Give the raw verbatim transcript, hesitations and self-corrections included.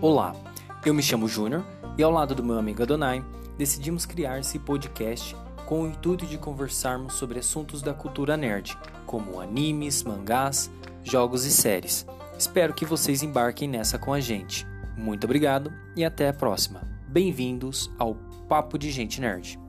Olá, eu me chamo Júnior e ao lado do meu amigo Adonai, decidimos criar esse podcast com o intuito de conversarmos sobre assuntos da cultura nerd, como animes, mangás, jogos e séries. Espero que vocês embarquem nessa com a gente. Muito obrigado e até a próxima. Bem-vindos ao Papo de Gente Nerd.